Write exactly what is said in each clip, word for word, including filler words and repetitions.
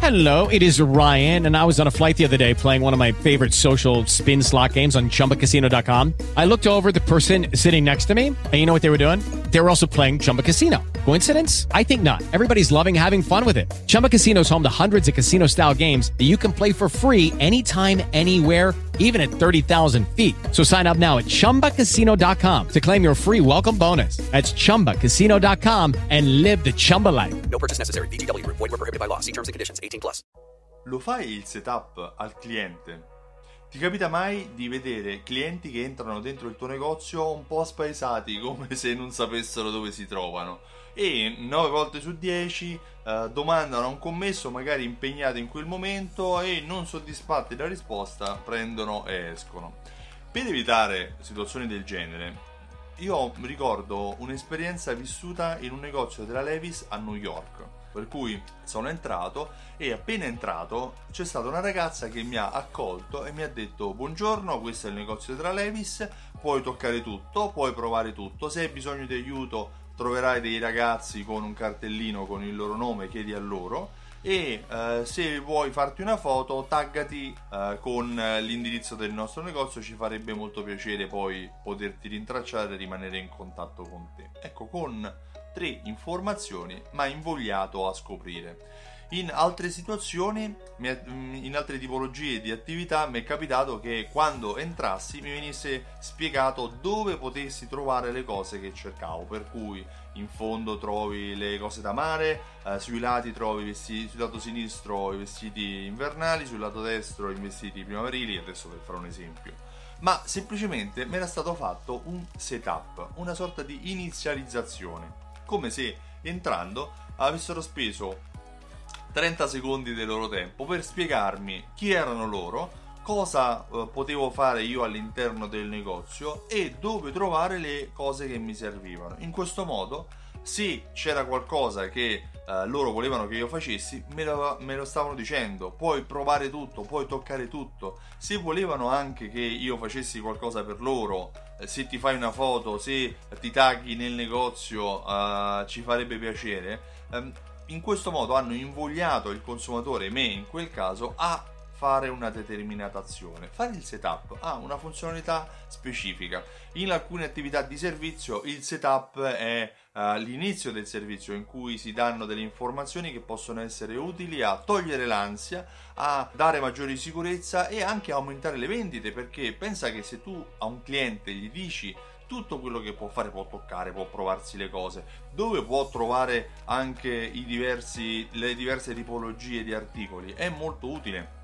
Hello, it is Ryan, and I was on a flight the other day playing one of my favorite social spin slot games on Chumba Casino dot com. I looked over at the person sitting next to me, and you know what they were doing? They were also playing Chumba Casino. Coincidence? I think not. Everybody's loving having fun with it. Chumba Casino is home to hundreds of casino-style games that you can play for free anytime, anywhere, even at thirty thousand feet. So sign up now at Chumba Casino dot com to claim your free welcome bonus. That's Chumba Casino dot com and live the Chumba life. No purchase necessary. V G W. Void where prohibited by law. See terms and conditions. eighteen plus. Lo fai il setup al cliente? Ti capita mai di vedere clienti che entrano dentro il tuo negozio un po' spaesati, come se non sapessero dove si trovano, e nove volte su dieci eh, domandano a un commesso magari impegnato in quel momento e non soddisfatti della risposta prendono e escono. Per evitare situazioni del genere, io ricordo un'esperienza vissuta in un negozio della Levi's a New York, per cui sono entrato e appena entrato c'è stata una ragazza che mi ha accolto e mi ha detto: buongiorno, questo è il negozio della Levi's, puoi toccare tutto, puoi provare tutto, se hai bisogno di aiuto troverai dei ragazzi con un cartellino con il loro nome, chiedi a loro, e eh, se vuoi farti una foto taggati eh, con l'indirizzo del nostro negozio, ci farebbe molto piacere poi poterti rintracciare e rimanere in contatto con te. Ecco, con tre informazioni ma invogliato a scoprire. In altre situazioni, in altre tipologie di attività, mi è capitato che quando entrassi mi venisse spiegato dove potessi trovare le cose che cercavo, per cui in fondo trovi le cose da mare, eh, sui lati trovi i vestiti, sul lato sinistro i vestiti invernali, sul lato destro i vestiti primaverili, adesso per fare un esempio. Ma semplicemente mi era stato fatto un setup, una sorta di inizializzazione, come se entrando avessero speso trenta secondi del loro tempo per spiegarmi chi erano loro, cosa eh, potevo fare io all'interno del negozio e dove trovare le cose che mi servivano. In questo modo, se c'era qualcosa che eh, loro volevano che io facessi, me lo, me lo stavano dicendo: puoi provare tutto, puoi toccare tutto. Se volevano anche che io facessi qualcosa per loro, eh, se ti fai una foto, se ti tagli nel negozio, eh, ci farebbe piacere. ehm, In questo modo hanno invogliato il consumatore, me in quel caso, a fare una determinata azione. Fare il setup ha una funzionalità specifica. In alcune attività di servizio il setup è uh, l'inizio del servizio, in cui si danno delle informazioni che possono essere utili a togliere l'ansia, a dare maggiore sicurezza e anche a aumentare le vendite, perché pensa che se tu a un cliente gli dici tutto quello che può fare, può toccare, può provarsi le cose, dove può trovare anche i diversi, le diverse tipologie di articoli, è molto utile.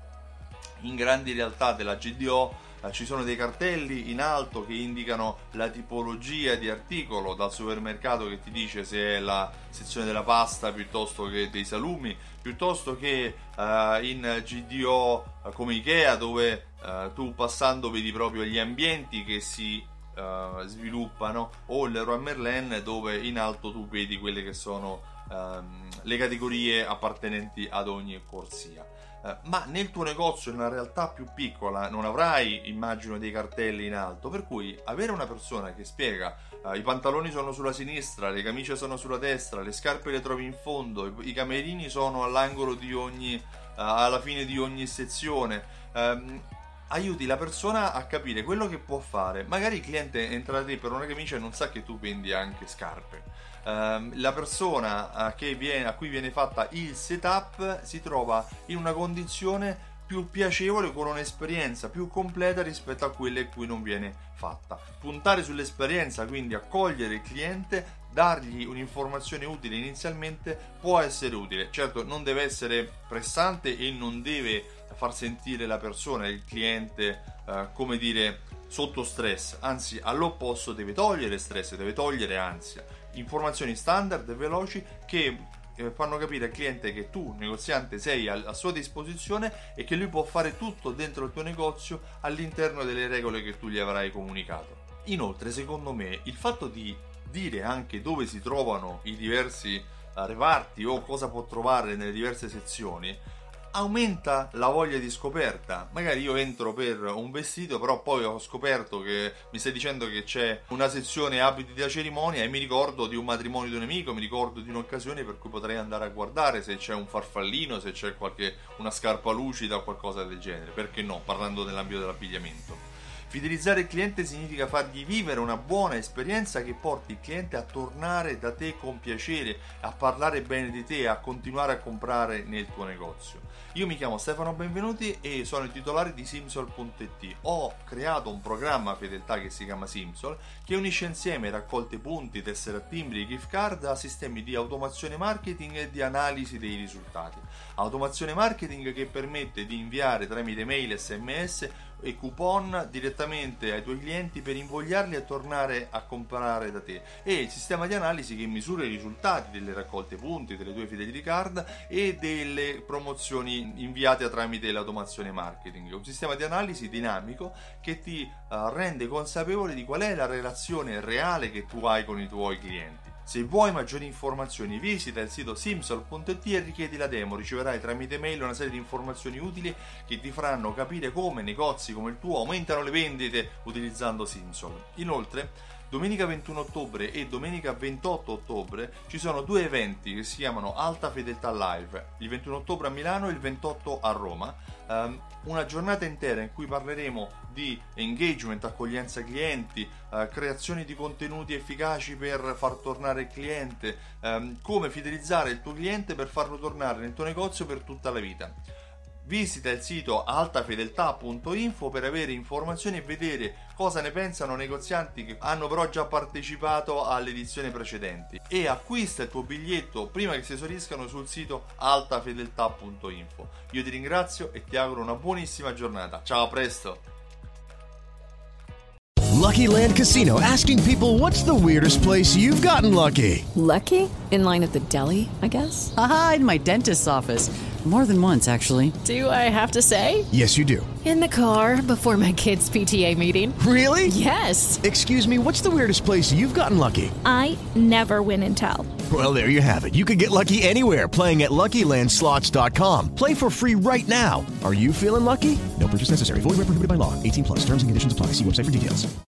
In grandi realtà della G D O eh, ci sono dei cartelli in alto che indicano la tipologia di articolo, dal supermercato che ti dice se è la sezione della pasta piuttosto che dei salumi, piuttosto che eh, in G D O eh, come Ikea, dove eh, tu passando vedi proprio gli ambienti che si Uh, sviluppano, o il Leroy Merlin, dove in alto tu vedi quelle che sono um, le categorie appartenenti ad ogni corsia. Uh, ma nel tuo negozio, in una realtà più piccola, non avrai, immagino, dei cartelli in alto, per cui avere una persona che spiega uh, i pantaloni sono sulla sinistra, le camicie sono sulla destra, le scarpe le trovi in fondo, i, i camerini sono all'angolo di ogni uh, alla fine di ogni sezione, um, aiuti la persona a capire quello che può fare. Magari il cliente entra da te per una camicia e non sa che tu vendi anche scarpe. Uh, la persona a, che viene, a cui viene fatta il setup si trova in una condizione più piacevole, con un'esperienza più completa rispetto a quelle in cui non viene fatta. Puntare sull'esperienza, quindi accogliere il cliente, dargli un'informazione utile inizialmente, può essere utile. Certo, non deve essere pressante e non deve far sentire la persona, il cliente, eh, come dire, sotto stress, anzi all'opposto deve togliere stress, deve togliere ansia. Informazioni standard e veloci che eh, fanno capire al cliente che tu, negoziante, sei a, a sua disposizione e che lui può fare tutto dentro il tuo negozio all'interno delle regole che tu gli avrai comunicato. Inoltre, secondo me, il fatto di dire anche dove si trovano i diversi uh, reparti o cosa può trovare nelle diverse sezioni aumenta la voglia di scoperta. Magari io entro per un vestito, però poi ho scoperto che mi stai dicendo che c'è una sezione abiti da cerimonia e mi ricordo di un matrimonio di un amico, mi ricordo di un'occasione per cui potrei andare a guardare se c'è un farfallino, se c'è qualche una scarpa lucida o qualcosa del genere. Perché no, parlando nell'ambito dell'abbigliamento. Fidelizzare il cliente significa fargli vivere una buona esperienza che porti il cliente a tornare da te con piacere, a parlare bene di te, a continuare a comprare nel tuo negozio. Io mi chiamo Stefano Benvenuti e sono il titolare di Simsol punto it. Ho creato un programma fedeltà che si chiama Simsol, che unisce insieme raccolte punti, tessere a timbri e gift card a sistemi di automazione marketing e di analisi dei risultati. Automazione marketing che permette di inviare tramite mail, sms e coupon direttamente ai tuoi clienti per invogliarli a tornare a comprare da te, e il sistema di analisi che misura i risultati delle raccolte punti, delle tue fidelity card e delle promozioni inviate tramite l'automazione marketing. Un sistema di analisi dinamico che ti uh, rende consapevole di qual è la relazione reale che tu hai con i tuoi clienti. Se vuoi maggiori informazioni visita il sito simsol punto it e richiedi la demo, riceverai tramite mail una serie di informazioni utili che ti faranno capire come negozi come il tuo aumentano le vendite utilizzando Simsol. Inoltre, domenica ventuno ottobre e domenica ventotto ottobre ci sono due eventi che si chiamano Alta Fedeltà Live, il ventuno ottobre a Milano e il ventotto a Roma, um, una giornata intera in cui parleremo di engagement, accoglienza clienti, uh, creazione di contenuti efficaci per far tornare il cliente, um, come fidelizzare il tuo cliente per farlo tornare nel tuo negozio per tutta la vita. Visita il sito alta fedeltà punto info per avere informazioni e vedere cosa ne pensano negozianti che hanno però già partecipato alle edizioni precedenti, e acquista il tuo biglietto prima che si esauriscano sul sito alta fedeltà punto info. Io ti ringrazio e ti auguro una buonissima giornata. Ciao, a presto! Lucky Land Casino, asking people, what's the weirdest place you've gotten lucky? Lucky? In line at the deli, I guess? Aha, in my dentist's office. More than once, actually. Do I have to say? Yes, you do. In the car before my kids' P T A meeting. Really? Yes. Excuse me, what's the weirdest place you've gotten lucky? I never win and tell. Well, there you have it. You can get lucky anywhere, playing at lucky land slots dot com. Play for free right now. Are you feeling lucky? No purchase necessary. Void where prohibited by law. eighteen plus. Terms and conditions apply. See website for details.